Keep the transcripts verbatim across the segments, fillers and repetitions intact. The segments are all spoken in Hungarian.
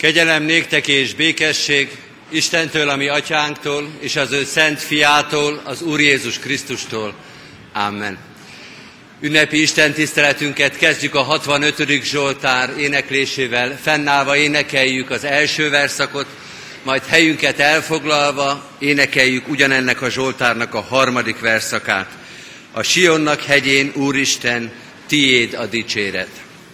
Kegyelem néktek és békesség Istentől, a mi atyánktól, és az ő szent fiától, az Úr Jézus Krisztustól. Amen. Ünnepi Isten tiszteletünket kezdjük a hatvanötödik Zsoltár éneklésével. Fennállva énekeljük az első verszakot, majd helyünket elfoglalva énekeljük ugyanennek a Zsoltárnak a harmadik verszakát. A Sionnak hegyén, Úristen, tiéd a dicséret.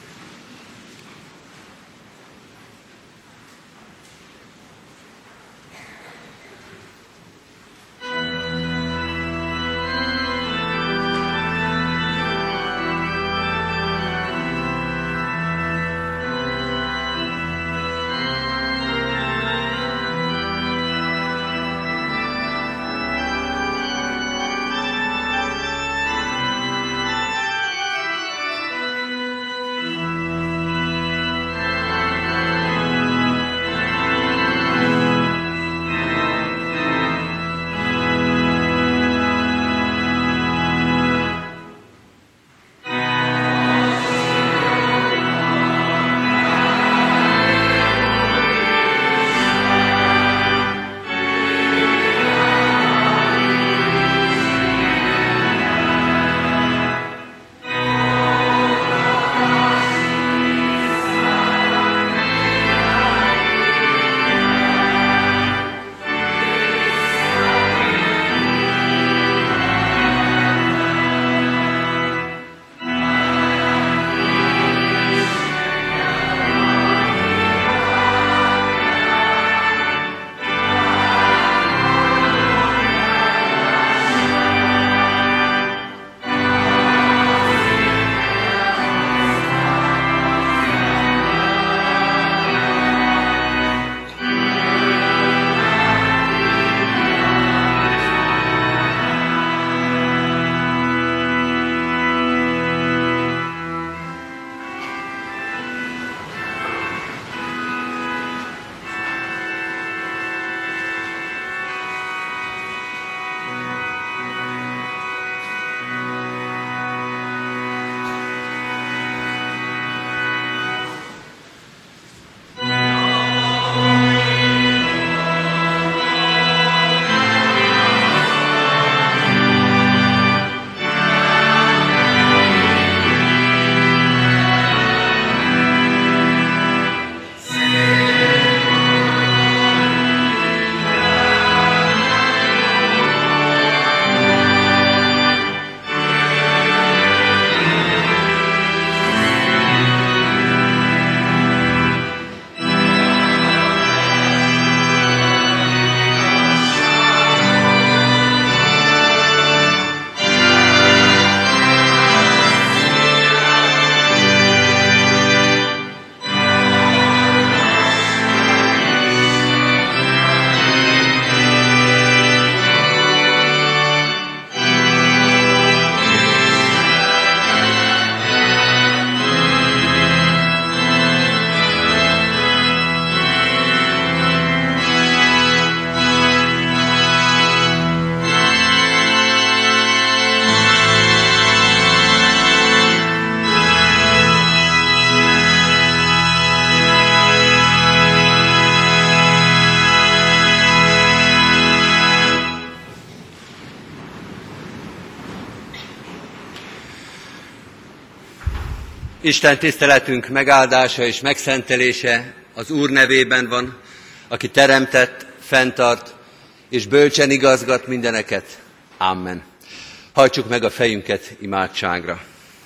Isten tiszteletünk megáldása és megszentelése az Úr nevében van, aki teremtett, fenntart és bölcsen igazgat mindeneket. Amen. Hajtsuk meg a fejünket imádságra.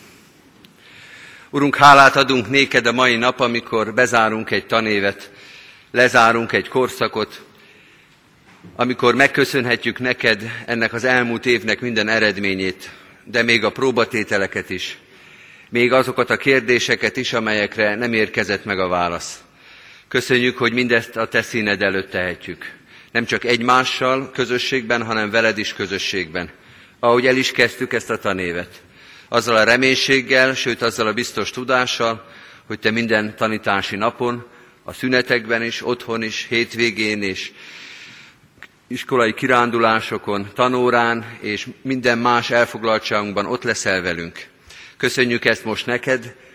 Urunk, hálát adunk néked a mai nap, amikor bezárunk egy tanévet, lezárunk egy korszakot, amikor megköszönhetjük neked ennek az elmúlt évnek minden eredményét, de még a próbatételeket is, még azokat a kérdéseket is, amelyekre nem érkezett meg a válasz. Köszönjük, hogy mindezt a te színed előtt tehetjük. Nem csak egymással közösségben, hanem veled is közösségben. Ahogy el is kezdtük ezt a tanévet. Azzal a reménységgel, sőt azzal a biztos tudással, hogy te minden tanítási napon, a szünetekben is, otthon is, hétvégén és iskolai kirándulásokon, tanórán és minden más elfoglaltságunkban ott leszel velünk. Köszönjük ezt most neked,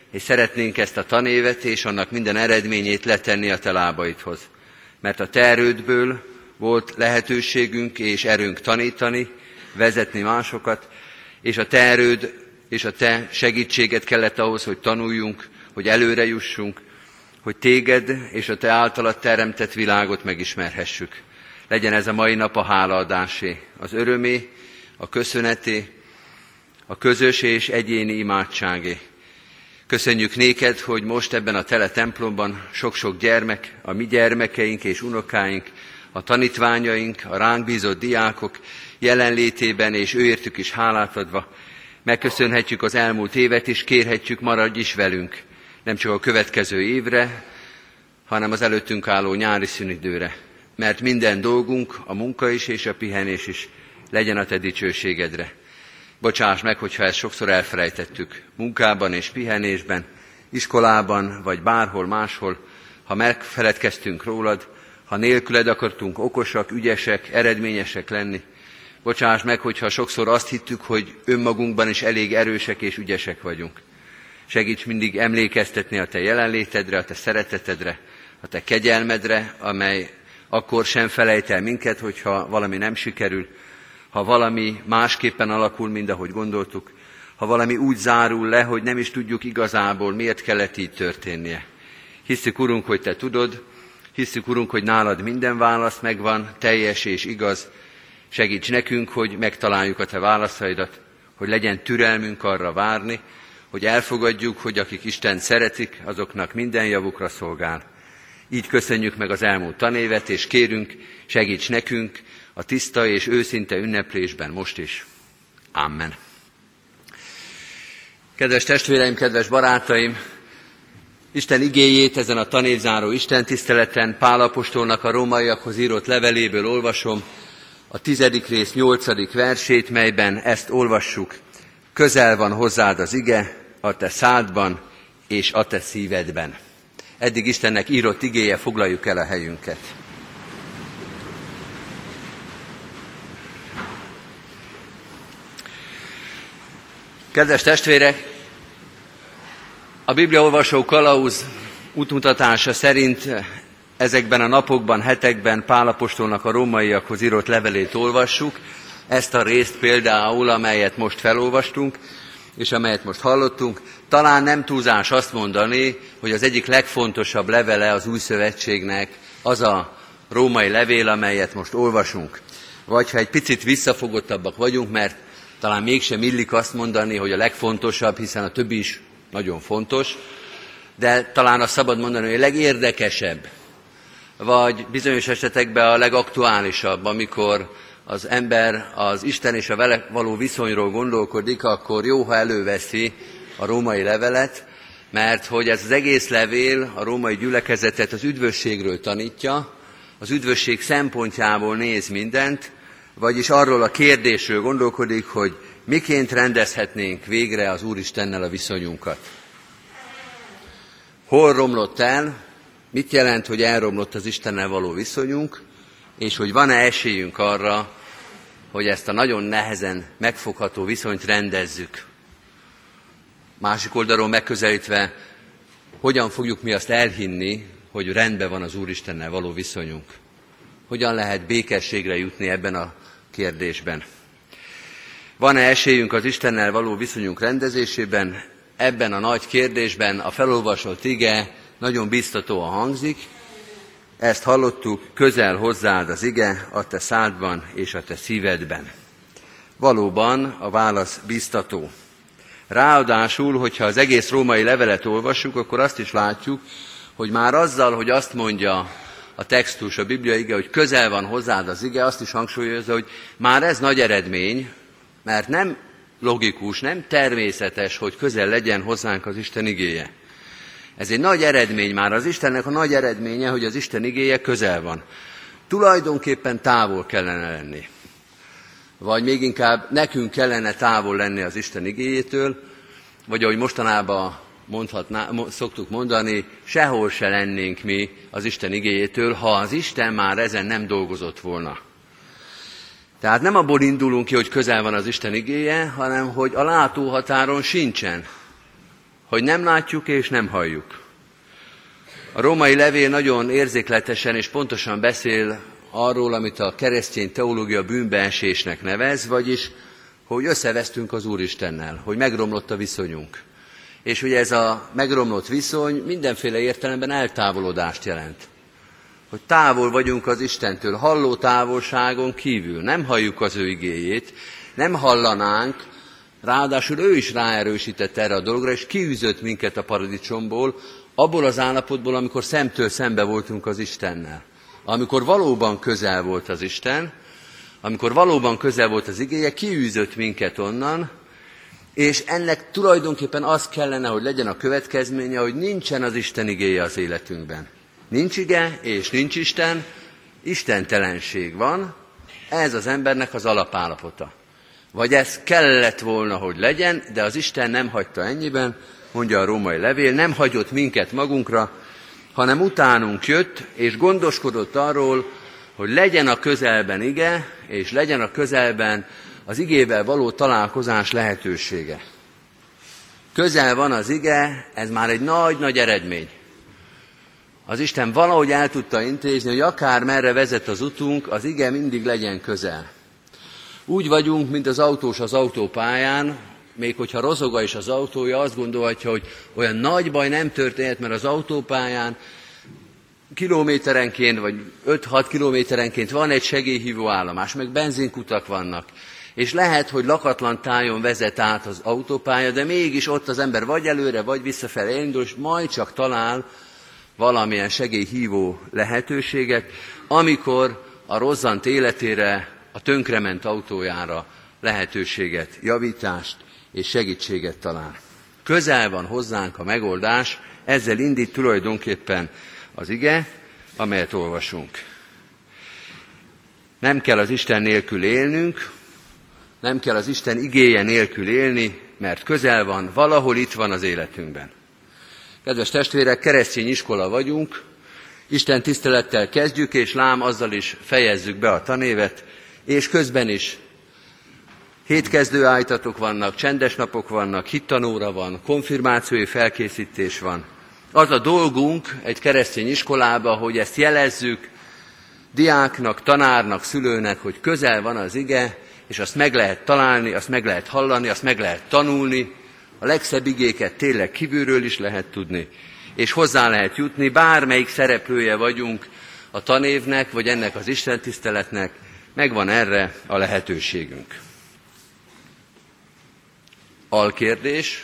és szeretnénk ezt a tanévet és annak minden eredményét letenni a te lábaidhoz. Mert a te erődből volt lehetőségünk és erőnk tanítani, vezetni másokat, és a te erőd és a te segítséged kellett ahhoz, hogy tanuljunk, hogy előre jussunk, hogy téged és a te általad teremtett világot megismerhessük. Legyen ez a mai nap a hálaadásé, az örömé, a köszöneté, a közös és egyéni imádságé. Köszönjük néked, hogy most ebben a tele templomban sok-sok gyermek, a mi gyermekeink és unokáink, a tanítványaink, a ránk bízott diákok jelenlétében és őértük is hálát adva megköszönhetjük az elmúlt évet, és kérhetjük, maradj is velünk, nem csak a következő évre, hanem az előttünk álló nyári szünidőre. Mert minden dolgunk, a munka is és a pihenés is legyen a te dicsőségedre. Bocsáss meg, hogyha ezt sokszor elfelejtettük, munkában és pihenésben, iskolában vagy bárhol máshol, ha megfeledkeztünk rólad, ha nélküled akartunk okosak, ügyesek, eredményesek lenni. Bocsáss meg, hogyha sokszor azt hittük, hogy önmagunkban is elég erősek és ügyesek vagyunk. Segíts mindig emlékeztetni a te jelenlétedre, a te szeretetedre, a te kegyelmedre, amely akkor sem felejt el minket, hogyha valami nem sikerül, ha valami másképpen alakul, mint ahogy gondoltuk, ha valami úgy zárul le, hogy nem is tudjuk igazából, miért kellett így történnie. Hisszük, Urunk, hogy te tudod, hisszük, Urunk, hogy nálad minden válasz megvan, teljes és igaz. Segíts nekünk, hogy megtaláljuk a te válaszaidat, hogy legyen türelmünk arra várni, hogy elfogadjuk, hogy akik Istent szeretik, azoknak minden javukra szolgál. Így köszönjük meg az elmúlt tanévet, és kérünk, segíts nekünk a tiszta és őszinte ünneplésben most is. Amen. Kedves testvéreim, kedves barátaim! Isten igéjét ezen a tanévzáró istentiszteleten Pál apostolnak a rómaiakhoz írott leveléből olvasom, a tizedik rész nyolcadik versét, melyben ezt olvassuk. Közel van hozzád az ige, a te szádban és a te szívedben. Eddig Istennek írott igéje, foglaljuk el a helyünket. Kedves testvérek, a bibliaolvasó kalauz útmutatása szerint ezekben a napokban, hetekben Pál apostolnak a rómaiakhoz írott levelét olvassuk, ezt a részt például, amelyet most felolvastunk, és amelyet most hallottunk. Talán nem túlzás azt mondani, hogy az egyik legfontosabb levele az új szövetségnek az a római levél, amelyet most olvasunk. Vagy ha egy picit visszafogottabbak vagyunk, mert talán mégsem illik azt mondani, hogy a legfontosabb, hiszen a többi is nagyon fontos, de talán azt szabad mondani, hogy a legérdekesebb, vagy bizonyos esetekben a legaktuálisabb, amikor az ember az Isten és a vele való viszonyról gondolkodik, akkor jó, ha előveszi a római levelet, mert hogy ez az egész levél a római gyülekezetet az üdvösségről tanítja, az üdvösség szempontjából néz mindent, vagyis arról a kérdésről gondolkodik, hogy miként rendezhetnénk végre az Úristennel a viszonyunkat. Hol romlott el, mit jelent, hogy elromlott az Istennel való viszonyunk, és hogy van-e esélyünk arra, hogy ezt a nagyon nehezen megfogható viszonyt rendezzük. Másik oldalról megközelítve, hogyan fogjuk mi azt elhinni, hogy rendben van az Úristennel való viszonyunk. Hogyan lehet békességre jutni ebben a kérdésben. Van-e esélyünk az Istennel való viszonyunk rendezésében? Ebben a nagy kérdésben a felolvasott ige nagyon biztatóan hangzik. Ezt hallottuk, közel hozzád az ige, a te szádban és a te szívedben. Valóban a válasz biztató. Ráadásul, hogyha az egész római levelet olvassuk, akkor azt is látjuk, hogy már azzal, hogy azt mondja a textus, a Biblia ige, hogy közel van hozzád az ige, azt is hangsúlyozza, hogy már ez nagy eredmény, mert nem logikus, nem természetes, hogy közel legyen hozzánk az Isten igéje. Ez egy nagy eredmény már, az Istennek a nagy eredménye, hogy az Isten igéje közel van. Tulajdonképpen távol kellene lenni. Vagy még inkább nekünk kellene távol lenni az Isten igéjétől, vagy ahogy mostanában mondhatná, szoktuk mondani, sehol se lennénk mi az Isten igéjétől, ha az Isten már ezen nem dolgozott volna. Tehát nem abból indulunk ki, hogy közel van az Isten igéje, hanem hogy a látóhatáron sincsen. hogy nem látjuk és nem halljuk. A római levél nagyon érzékletesen és pontosan beszél arról, amit a keresztény teológia bűnbeesésnek nevez, vagyis, hogy összevesztünk az Úristennel, hogy megromlott a viszonyunk. És hogy ez a megromlott viszony mindenféle értelemben eltávolodást jelent. Hogy távol vagyunk az Istentől, halló távolságon kívül, nem halljuk az ő igéjét, nem hallanánk, ráadásul ő is ráerősített erre a dologra, és kiűzött minket a paradicsomból, abból az állapotból, amikor szemtől szembe voltunk az Istennel. Amikor valóban közel volt az Isten, amikor valóban közel volt az igéje, kiűzött minket onnan, és ennek tulajdonképpen az kellene, hogy legyen a következménye, hogy nincsen az Isten igéje az életünkben. Nincs ige, és nincs Isten, istentelenség van, ez az embernek az alapállapota. Vagy ez kellett volna, hogy legyen, de az Isten nem hagyta ennyiben, mondja a római levél, nem hagyott minket magunkra, hanem utánunk jött, és gondoskodott arról, hogy legyen a közelben ige, és legyen a közelben az igével való találkozás lehetősége. Közel van az ige, ez már egy nagy-nagy eredmény. Az Isten valahogy el tudta intézni, hogy akár merre vezet az utunk, az ige mindig legyen közel. Úgy vagyunk, mint az autós az autópályán, még hogyha rozoga is az autója, azt gondolhatja, hogy olyan nagy baj nem történhet, mert az autópályán kilométerenként, vagy öt-hat kilométerenként van egy segélyhívó állomás, meg benzinkutak vannak. És lehet, hogy lakatlan tájon vezet át az autópálya, de mégis ott az ember vagy előre, vagy visszafelé indul, és majd csak talál valamilyen segélyhívó lehetőséget, amikor a rozzant életére, a tönkrement autójára lehetőséget, javítást és segítséget talál. Közel van hozzánk a megoldás, ezzel indít tulajdonképpen az ige, amelyet olvasunk. Nem kell az Isten nélkül élnünk, nem kell az Isten igéje nélkül élni, mert közel van, valahol itt van az életünkben. Kedves testvérek, keresztény iskola vagyunk, Isten tisztelettel kezdjük, és lám azzal is fejezzük be a tanévet, és közben is hétkezdő ájtatok vannak, csendes napok vannak, hittanóra van, konfirmációi felkészítés van. Az a dolgunk egy keresztény iskolába, hogy ezt jelezzük diáknak, tanárnak, szülőnek, hogy közel van az ige, és azt meg lehet találni, azt meg lehet hallani, azt meg lehet tanulni, a legszebb igéket tényleg kívülről is lehet tudni, és hozzá lehet jutni, bármelyik szereplője vagyunk a tanévnek, vagy ennek az istentiszteletnek, megvan erre a lehetőségünk. Alkérdés,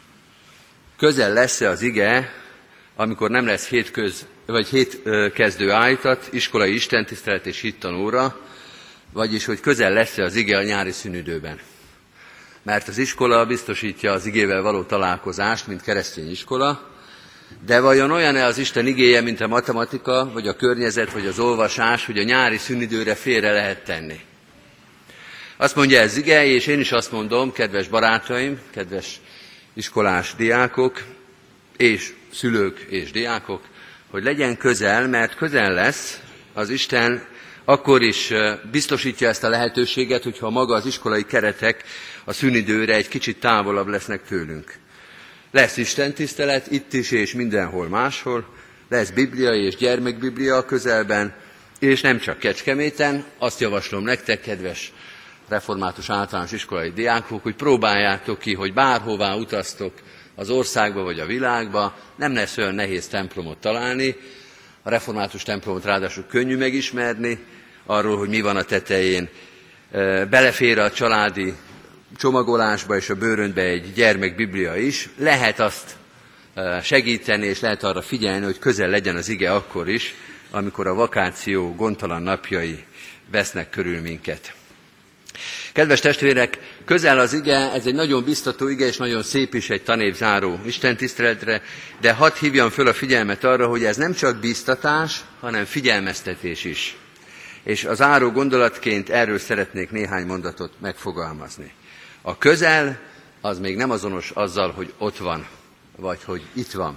közel lesz-e az ige, amikor nem lesz hétköz, vagy hétkezdő ájtat, iskolai istentisztelet és hittanóra, vagyis hogy közel lesz-e az ige a nyári szünidőben. Mert az iskola biztosítja az igével való találkozást, mint keresztény iskola, de vajon olyan-e az Isten igéje, mint a matematika, vagy a környezet, vagy az olvasás, hogy a nyári szünidőre félre lehet tenni? Azt mondja ez ige, és én is azt mondom, kedves barátaim, kedves iskolás diákok, és szülők és diákok, hogy legyen közel, mert közel lesz az Isten, akkor is biztosítja ezt a lehetőséget, hogyha maga az iskolai keretek a szünidőre egy kicsit távolabb lesznek tőlünk. Lesz istentisztelet itt is és mindenhol máshol, lesz bibliai és gyermekbiblia a közelben, és nem csak Kecskeméten. Azt javaslom nektek, kedves református általános iskolai diákok, hogy próbáljátok ki, hogy bárhová utaztok az országba vagy a világba, nem lesz olyan nehéz templomot találni. A református templomot ráadásul könnyű megismerni, arról, hogy mi van a tetején. Belefér a családi csomagolásba és a bőröntbe egy gyermekbiblia is. Lehet azt segíteni, és lehet arra figyelni, hogy közel legyen az ige akkor is, amikor a vakáció gondtalan napjai vesznek körül minket. Kedves testvérek, közel az ige, ez egy nagyon biztató ige, és nagyon szép is egy tanév záró istentiszteletre, de hadd hívjam föl a figyelmet arra, hogy ez nem csak biztatás, hanem figyelmeztetés is. És az záró gondolatként erről szeretnék néhány mondatot megfogalmazni. A közel az még nem azonos azzal, hogy ott van, vagy hogy itt van.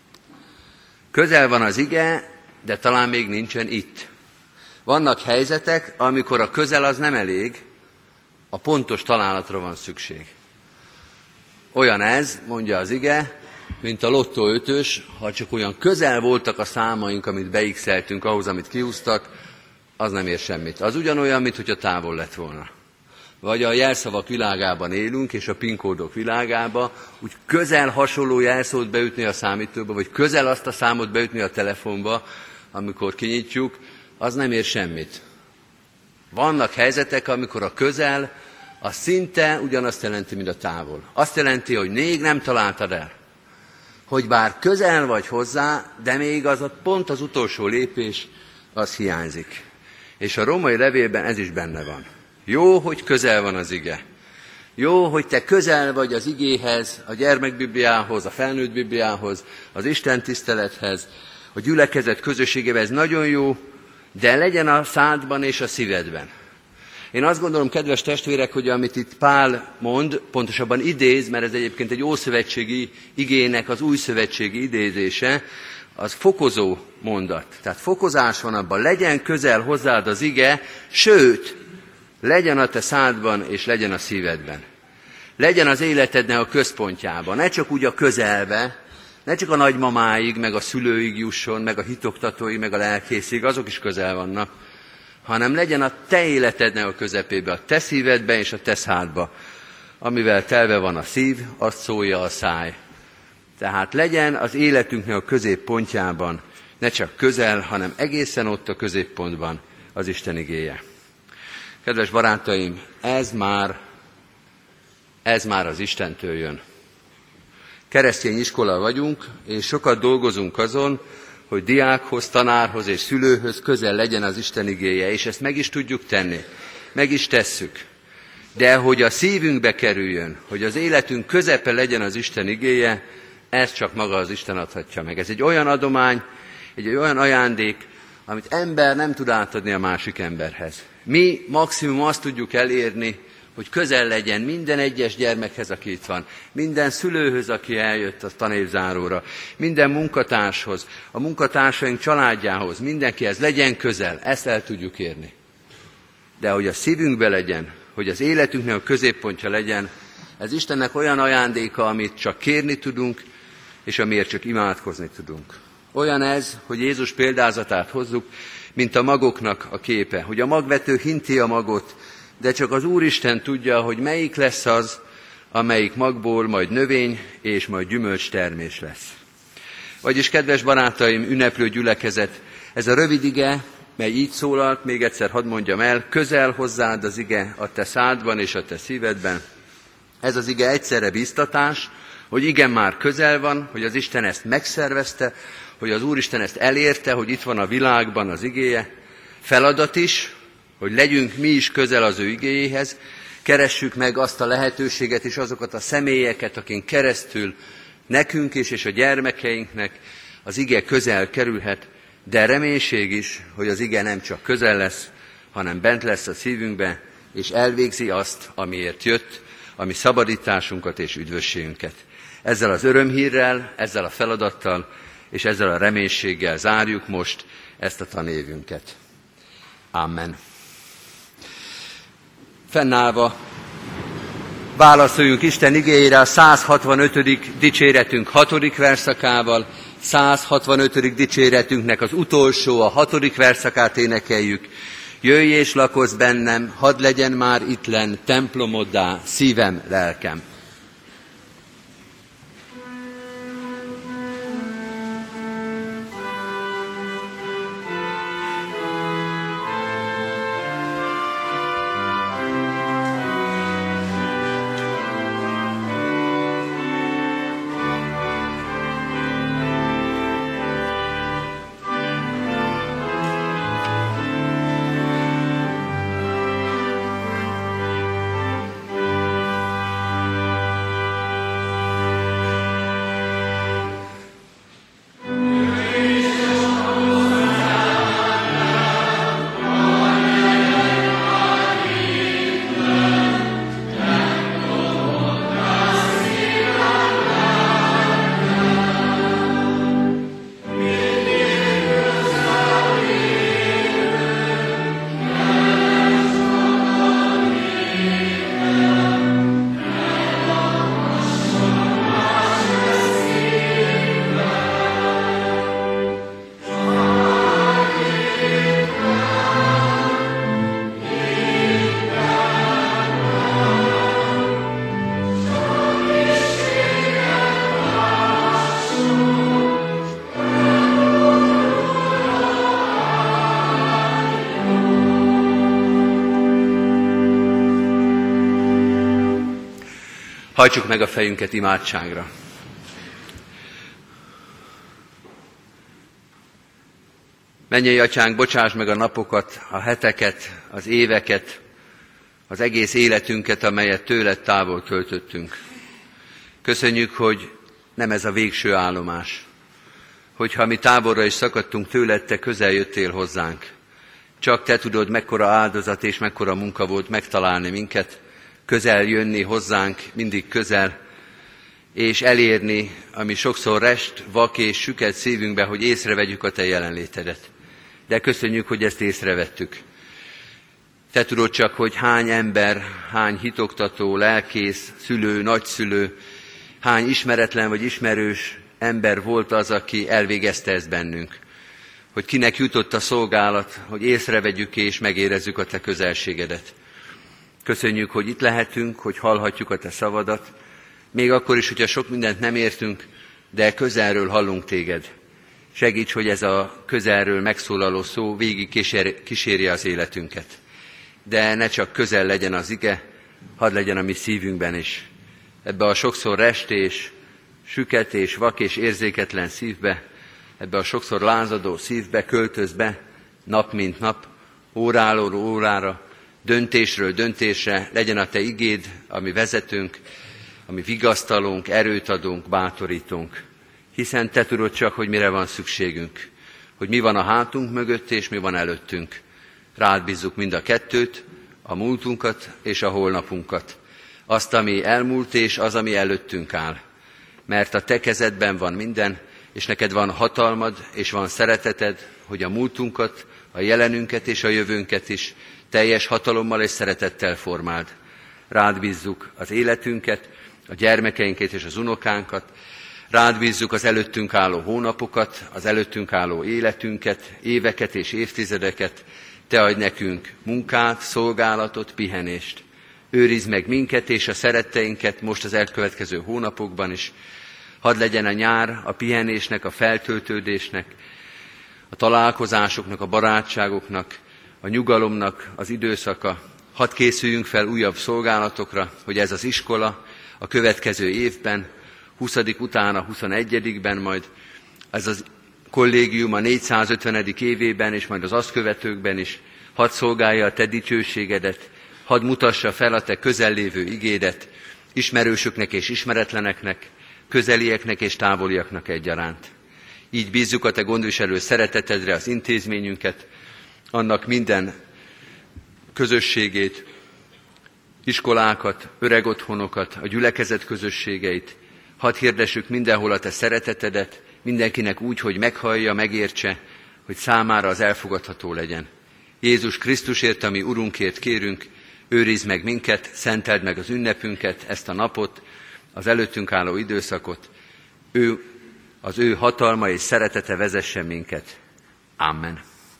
Közel van az ige, de talán még nincsen itt. Vannak helyzetek, amikor a közel az nem elég, a pontos találatra van szükség. Olyan ez, mondja az ige, mint a lottó ötös, ha csak olyan közel voltak a számaink, amit beixeltünk ahhoz, amit kiúztak, az nem ér semmit. Az ugyanolyan, mint hogyha távol lett volna. Vagy a jelszavak világában élünk, és a pinkódok világában, úgy közel hasonló jelszót beütni a számítóba, vagy közel azt a számot beütni a telefonba, amikor kinyitjuk, az nem ér semmit. Vannak helyzetek, amikor a közel, az szinte ugyanazt jelenti, mint a távol. Azt jelenti, hogy még nem találtad el. Hogy bár közel vagy hozzá, de még az a pont az utolsó lépés, az hiányzik. És a római levélben ez is benne van. Jó, hogy közel van az ige. Jó, hogy te közel vagy az igéhez, a gyermekbibliához, a felnőtt bibliához, az Isten tisztelethez, a gyülekezet közösségével, ez nagyon jó, de legyen a szádban és a szívedben. Én azt gondolom, kedves testvérek, hogy amit itt Pál mond, pontosabban idéz, mert ez egyébként egy ószövetségi igének az új szövetségi idézése, az fokozó mondat. Tehát fokozás van abban, legyen közel hozzád az ige, sőt, legyen a te szádban és legyen a szívedben. Legyen az életednek a központjában, ne csak úgy a közelbe, ne csak a nagymamáig, meg a szülőig jusson, meg a hitoktatóig, meg a lelkészig, azok is közel vannak, hanem legyen a te életednek a közepébe, a te szívedben és a te szádba. Amivel telve van a szív, azt szólja a száj. Tehát legyen az életünknek a középpontjában, ne csak közel, hanem egészen ott a középpontban az Isten igéje. Kedves barátaim, ez már, ez már az Istentől jön. Keresztény iskola vagyunk, és sokat dolgozunk azon, hogy diákhoz, tanárhoz és szülőhöz közel legyen az Isten igéje, és ezt meg is tudjuk tenni, meg is tesszük. De hogy a szívünkbe kerüljön, hogy az életünk közepe legyen az Isten igéje, ez csak maga az Isten adhatja meg. Ez egy olyan adomány, egy olyan ajándék, amit ember nem tud átadni a másik emberhez. Mi maximum azt tudjuk elérni, hogy közel legyen minden egyes gyermekhez, aki itt van, minden szülőhöz, aki eljött a tanévzáróra, minden munkatárshoz, a munkatársaink családjához, mindenkihez legyen közel, ezt el tudjuk érni. De hogy a szívünkbe legyen, hogy az életünknek a középpontja legyen, ez Istennek olyan ajándéka, amit csak kérni tudunk, és amiért csak imádkozni tudunk. Olyan ez, hogy Jézus példázatát hozzuk, mint a magoknak a képe, hogy a magvető hinti a magot, de csak az Úristen tudja, hogy melyik lesz az, amelyik magból majd növény és majd gyümölcs termés lesz. Vagyis, kedves barátaim, ünneplő gyülekezet, ez a rövid ige, mely így szólalt, még egyszer hadd mondjam el, közel hozzád az ige a te szádban és a te szívedben. Ez az ige egyszerre biztatás, hogy igen, már közel van, hogy az Isten ezt megszervezte, hogy az Úristen ezt elérte, hogy itt van a világban az igéje. Feladat is, hogy legyünk mi is közel az ő igéjéhez, keressük meg azt a lehetőséget és azokat a személyeket, akin keresztül nekünk is és a gyermekeinknek az ige közel kerülhet, de reménység is, hogy az ige nem csak közel lesz, hanem bent lesz a szívünkbe, és elvégzi azt, amiért jött, ami szabadításunkat és üdvösségünket. Ezzel az örömhírrel, ezzel a feladattal és ezzel a reménységgel zárjuk most ezt a tanévünket. Amen. Fennállva válaszoljunk Isten igéjére a száz hatvanötödik dicséretünk hatodik verszakával, száz hatvanötödik dicséretünknek az utolsó, a hatodik verszakát énekeljük. Jöjj és lakozz bennem, hadd legyen már ittlen templomoddá szívem, lelkem. Hajtsuk meg a fejünket imádságra. Mennyei Atyánk, bocsáss meg a napokat, a heteket, az éveket, az egész életünket, amelyet tőled távol töltöttünk. Köszönjük, hogy nem ez a végső állomás. Hogyha mi távolra is szakadtunk tőled, te közel jöttél hozzánk. Csak te tudod, mekkora áldozat és mekkora munka volt megtalálni minket, közel jönni hozzánk, mindig közel, és elérni, ami sokszor rest, vak és süket szívünkbe, hogy észrevegyük a te jelenlétedet. De köszönjük, hogy ezt észrevettük. Te tudod csak, hogy hány ember, hány hitoktató, lelkész, szülő, nagyszülő, hány ismeretlen vagy ismerős ember volt az, aki elvégezte ezt bennünk. Hogy kinek jutott a szolgálat, hogy észrevegyük és megérezzük a te közelségedet. Köszönjük, hogy itt lehetünk, hogy hallhatjuk a te szavadat, még akkor is, hogyha sok mindent nem értünk, de közelről hallunk téged. Segíts, hogy ez a közelről megszólaló szó végig kísérje az életünket. De ne csak közel legyen az ige, hadd legyen a mi szívünkben is. Ebbe a sokszor restés, süket és vak és érzéketlen szívbe, ebbe a sokszor lázadó szívbe költöz be, nap mint nap, óráról órára, döntésről döntésre, legyen a te igéd, ami vezetünk, ami vigasztalunk, erőt adunk, bátorítunk. Hiszen te tudod csak, hogy mire van szükségünk, hogy mi van a hátunk mögött és mi van előttünk. Rád bízzuk mind a kettőt, a múltunkat és a holnapunkat. Azt, ami elmúlt és az, ami előttünk áll. Mert a te kezedben van minden, és neked van hatalmad és van szereteted, hogy a múltunkat, a jelenünket és a jövőnket is teljes hatalommal és szeretettel formáld. Rád bízzuk az életünket, a gyermekeinket és az unokánkat, rád bízzuk az előttünk álló hónapokat, az előttünk álló életünket, éveket és évtizedeket. Te adj nekünk munkát, szolgálatot, pihenést. Őrizd meg minket és a szeretteinket most az elkövetkező hónapokban is. Hadd legyen a nyár a pihenésnek, a feltöltődésnek, a találkozásoknak, a barátságoknak, a nyugalomnak az időszaka. Hadd készüljünk fel újabb szolgálatokra, hogy ez az iskola a következő évben, huszadik után a huszonegyedikben majd, ez az kollégium a négyszázötvenedik évében és majd az azt követőkben is, hadd szolgálja a te dicsőségedet, hadd mutassa fel a te közellévő igédet, ismerősöknek és ismeretleneknek, közelieknek és távoliaknak egyaránt. Így bízzuk a te gondviselő szeretetedre az intézményünket, annak minden közösségét, iskolákat, öregotthonokat, a gyülekezet közösségeit. Hadd hirdessük mindenhol a te szeretetedet, mindenkinek úgy, hogy meghallja, megértse, hogy számára az elfogadható legyen. Jézus Krisztusért, ami Urunkért kérünk, őrizd meg minket, szenteld meg az ünnepünket, ezt a napot, az előttünk álló időszakot. Ő, az ő hatalma és szeretete vezessen minket. Amen.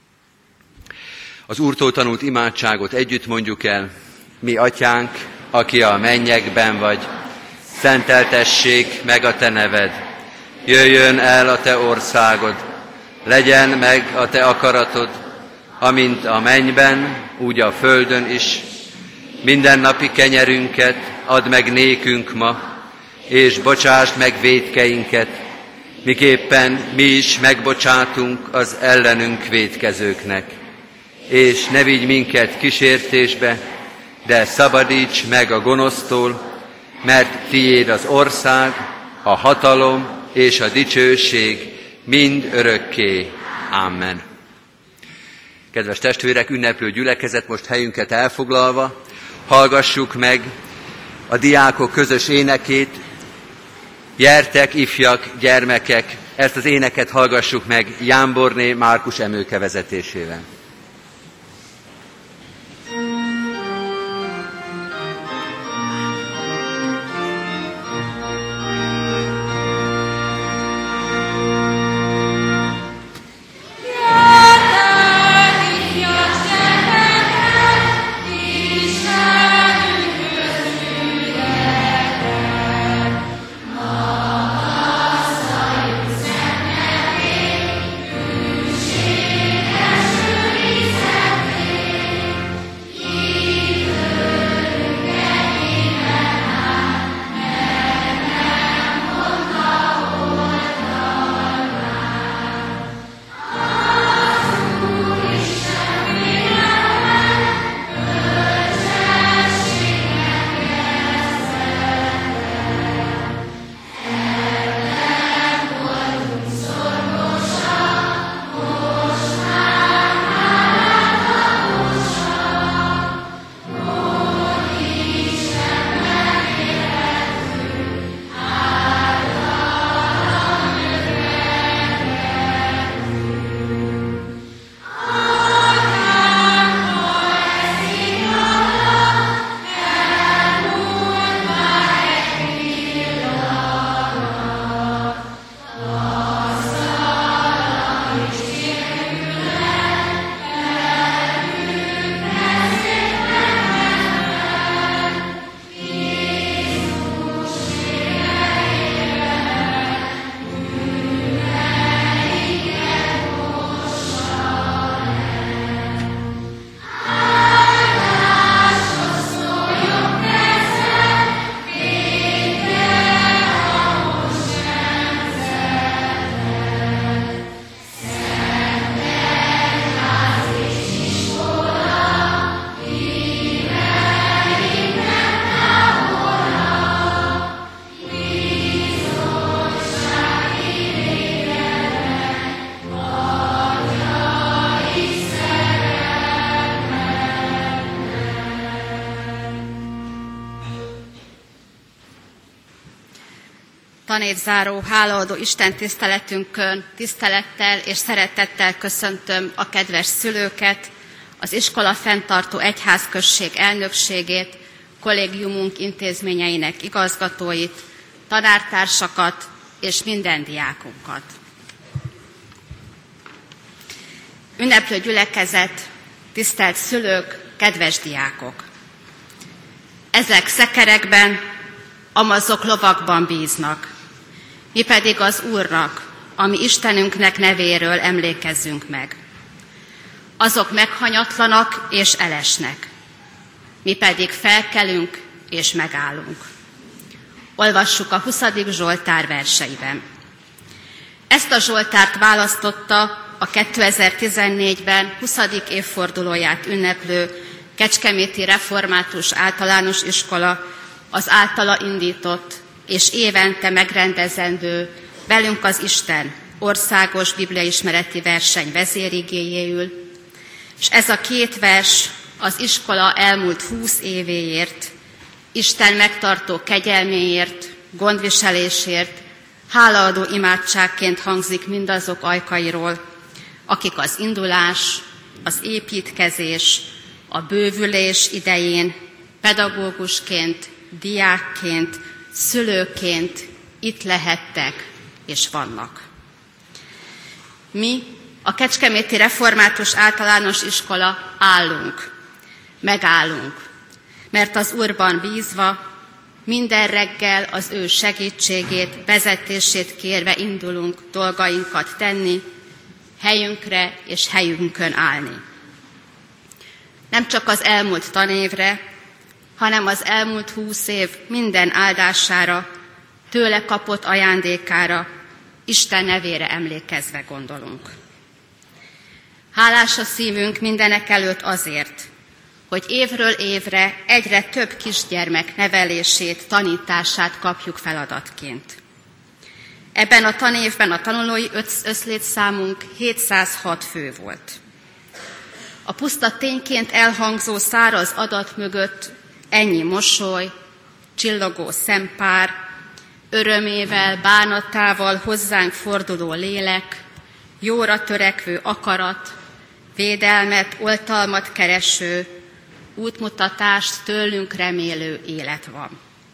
Az Úrtól tanult imádságot együtt mondjuk el. Mi atyánk, aki a mennyekben vagy, szenteltessék meg a te neved. Jöjjön el a te országod, legyen meg a te akaratod, amint a mennyben, úgy a földön is. Mindennapi kenyerünket add meg nékünk ma, és bocsásd meg vétkeinket, miképpen mi is megbocsátunk az ellenünk vétkezőknek. És ne vigy minket kísértésbe, de szabadíts meg a gonosztól, mert tiéd az ország, a hatalom és a dicsőség mind örökké. Amen. Kedves testvérek, ünneplő gyülekezet, most helyünket elfoglalva, hallgassuk meg a diákok közös énekét. Gyertek, ifjak, gyermekek, ezt az éneket hallgassuk meg Jámborné Márkus Emőke vezetésével. Thank you. tanévzáró hálaadó Isten tiszteletünkön tisztelettel és szeretettel köszöntöm a kedves szülőket, az iskola fenntartó egyházközség elnökségét, kollégiumunk intézményeinek igazgatóit, tanártársakat és minden diákunkat. Ünneplő gyülekezet, tisztelt szülők, kedves diákok! Ezek szekerekben, amazok lovakban bíznak, mi pedig az Úrnak, ami Istenünknek nevéről emlékezzünk meg. Azok meghanyatlanak és elesnek, mi pedig felkelünk és megállunk. Olvassuk a huszadik Zsoltár verseiben. Ezt a Zsoltárt választotta a kétezer-tizennégyben huszadik évfordulóját ünneplő Kecskeméti Református Általános Iskola az általa indított és évente megrendezendő Velünk az Isten országos bibliaismereti verseny vezérigéjéül, és ez a két vers az iskola elmúlt húsz évéért, Isten megtartó kegyelméért, gondviselésért, hálaadó imádságként hangzik mindazok ajkairól, akik az indulás, az építkezés, a bővülés idején pedagógusként, diákként, szülőként itt lehettek és vannak. Mi, a Kecskeméti Református Általános Iskola állunk, megállunk, mert az Úrban bízva minden reggel az ő segítségét, vezetését kérve indulunk dolgainkat tenni, helyünkre és helyünkön állni. Nem csak az elmúlt tanévre, hanem az elmúlt húsz év minden áldására, tőle kapott ajándékára, Isten nevére emlékezve gondolunk. Hálás a szívünk mindenek előtt azért, hogy évről évre egyre több kisgyermek nevelését, tanítását kapjuk feladatként. Ebben a tanévben a tanulói összlétszámunk hétszázhat fő volt. A puszta tényként elhangzó száraz adat mögött ennyi mosoly, csillogó szempár, örömével, bánatával hozzánk forduló lélek, jóra törekvő akarat, védelmet, oltalmat kereső, útmutatást tőlünk remélő élet van.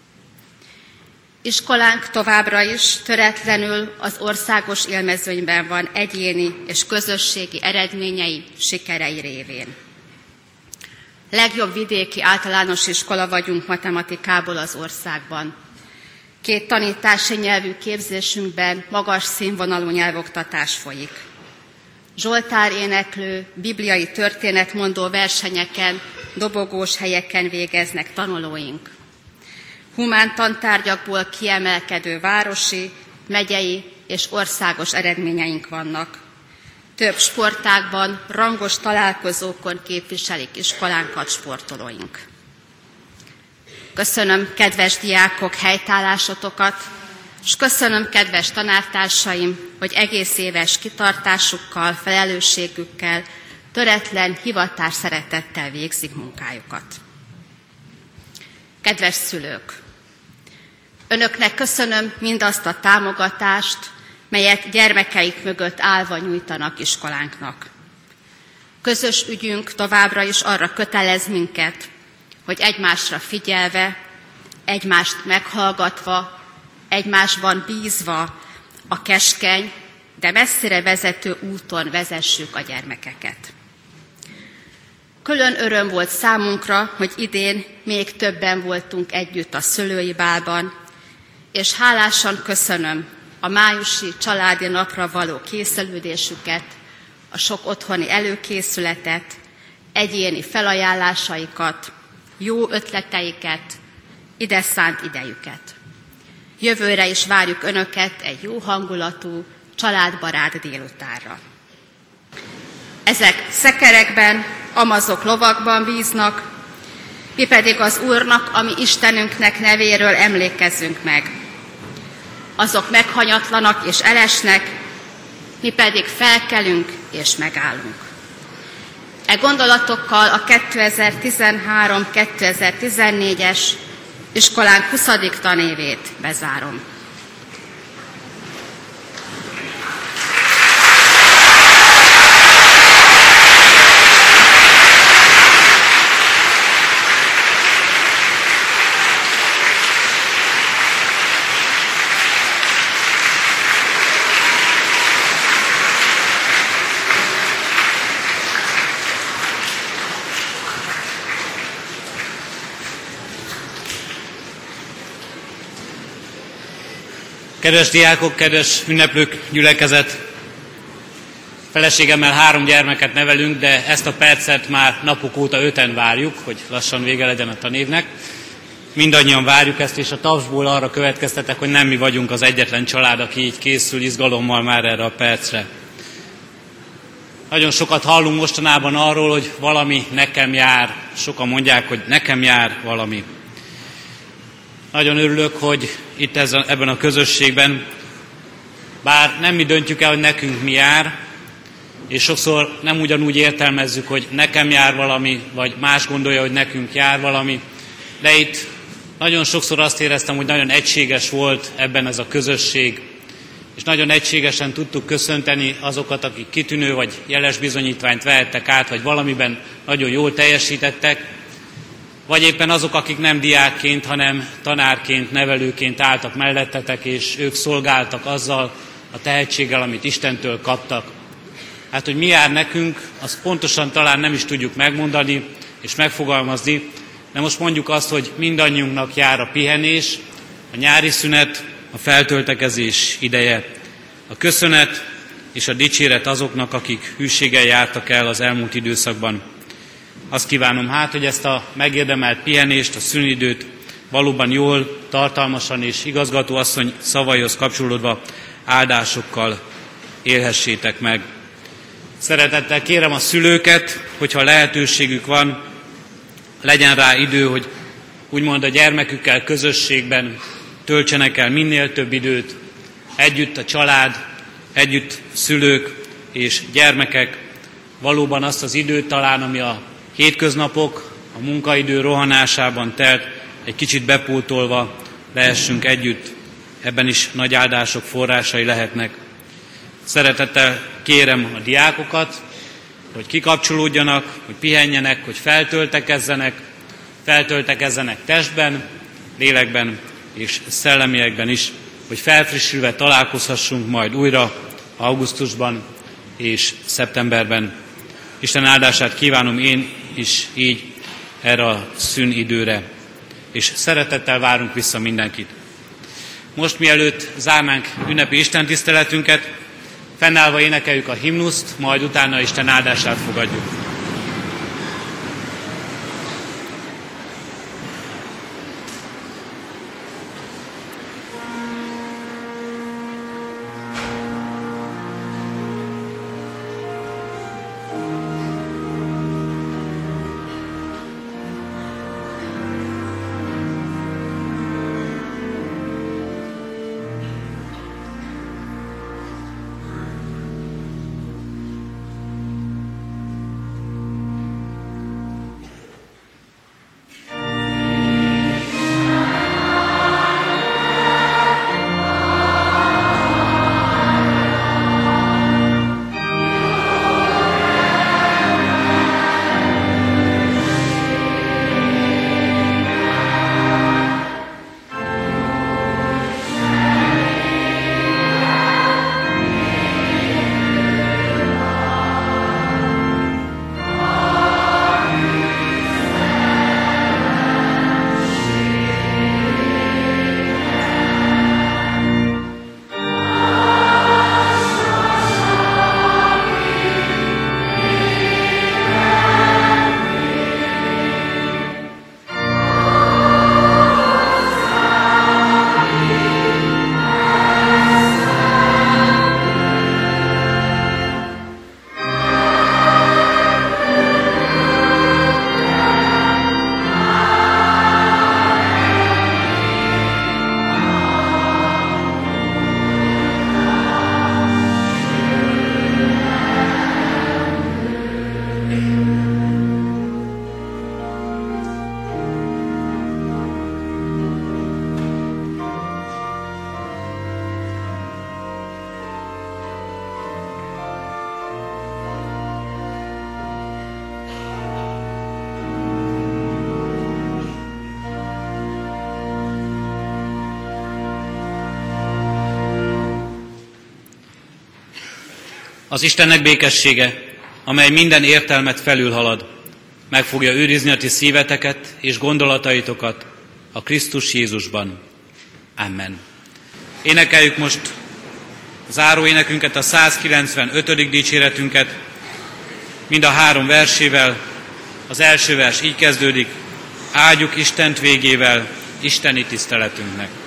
Iskolánk továbbra is töretlenül az országos élmezőnyben van egyéni és közösségi eredményei, sikerei révén. Legjobb vidéki általános iskola vagyunk matematikából az országban. Két tanítási nyelvű képzésünkben magas színvonalú nyelvoktatás folyik. Zsoltár éneklő, bibliai történetmondó versenyeken, dobogós helyeken végeznek tanulóink. Humán tantárgyakból kiemelkedő városi, megyei és országos eredményeink vannak. Több sportágban, rangos találkozókon képviselik iskolánkat sportolóink. Köszönöm, kedves diákok, helytállásotokat, és köszönöm, kedves tanártársaim, hogy egész éves kitartásukkal, felelősségükkel, töretlen hivatás szeretettel végzik munkájukat. Kedves szülők! Önöknek köszönöm mindazt a támogatást, melyet gyermekeik mögött állva nyújtanak iskolánknak. Közös ügyünk továbbra is arra kötelez minket, hogy egymásra figyelve, egymást meghallgatva, egymásban bízva a keskeny, de messzire vezető úton vezessük a gyermekeket. Külön öröm volt számunkra, hogy idén még többen voltunk együtt a szülői bálban, és hálásan köszönöm a májusi családi napra való készülődésüket, a sok otthoni előkészületet, egyéni felajánlásaikat, jó ötleteiket, ide szánt idejüket. Jövőre is várjuk Önöket egy jó hangulatú, családbarát délutánra. Ezek szekerekben, amazok lovakban bíznak, mi pedig az Úrnak, ami Istenünknek nevéről emlékezzünk meg. Azok meghanyatlanak és elesnek, mi pedig felkelünk és megállunk. E gondolatokkal a kétezer-tizenhárom kétezer-tizennégyes iskolánk huszadik tanévét bezárom. Kedves diákok, kedves ünneplők, gyülekezet! Feleségemmel három gyermeket nevelünk, de ezt a percet már napok óta öten várjuk, hogy lassan vége legyen a tanévnek. Mindannyian várjuk ezt, és a tapsból arra következtetek, hogy nem mi vagyunk az egyetlen család, aki így készül izgalommal már erre a percre. Nagyon sokat hallunk mostanában arról, hogy valami nekem jár. Sokan mondják, hogy nekem jár valami. Nagyon örülök, hogy itt ezen, ebben a közösségben, bár nem mi döntjük el, hogy nekünk mi jár, és sokszor nem ugyanúgy értelmezzük, hogy nekem jár valami, vagy más gondolja, hogy nekünk jár valami, de itt nagyon sokszor azt éreztem, hogy nagyon egységes volt ebben ez a közösség, és nagyon egységesen tudtuk köszönteni azokat, akik kitűnő vagy jeles bizonyítványt vehettek át, vagy valamiben nagyon jól teljesítettek, vagy éppen azok, akik nem diákként, hanem tanárként, nevelőként álltak mellettetek, és ők szolgáltak azzal a tehetséggel, amit Istentől kaptak. Hát, hogy mi jár nekünk, azt pontosan talán nem is tudjuk megmondani és megfogalmazni, de most mondjuk azt, hogy mindannyiunknak jár a pihenés, a nyári szünet, a feltöltekezés ideje, a köszönet és a dicséret azoknak, akik hűséggel jártak el az elmúlt időszakban. Azt kívánom hát, hogy ezt a megérdemelt pihenést, a szünidőt valóban jól, tartalmasan és igazgatóasszony szavaihoz kapcsolódva áldásokkal élhessétek meg. Szeretettel kérem a szülőket, hogyha lehetőségük van, legyen rá idő, hogy úgymond a gyermekükkel közösségben töltsenek el minél több időt, együtt a család, együtt szülők és gyermekek, valóban azt az időt talán, ami a hétköznapok, a munkaidő rohanásában telt, egy kicsit bepótolva lehessünk együtt, ebben is nagy áldások forrásai lehetnek. Szeretettel kérem a diákokat, hogy kikapcsolódjanak, hogy pihenjenek, hogy feltöltekezzenek, feltöltekezzenek testben, lélekben és szellemiekben is, hogy felfrissülve találkozhassunk majd újra augusztusban és szeptemberben. Isten áldását kívánom én is így erre a szünidőre, és szeretettel várunk vissza mindenkit. Most mielőtt zárnánk ünnepi istentiszteletünket, fennállva énekeljük a himnuszt, majd utána Isten áldását fogadjuk. Az Istennek békessége, amely minden értelmet felülhalad, meg fogja őrizni a ti szíveteket és gondolataitokat a Krisztus Jézusban. Amen. Énekeljük most záróénekünket, a százkilencvenötödik dicséretünket, mind a három versével. Az első vers így kezdődik: áldjuk Istent végével, isteni tiszteletünknek.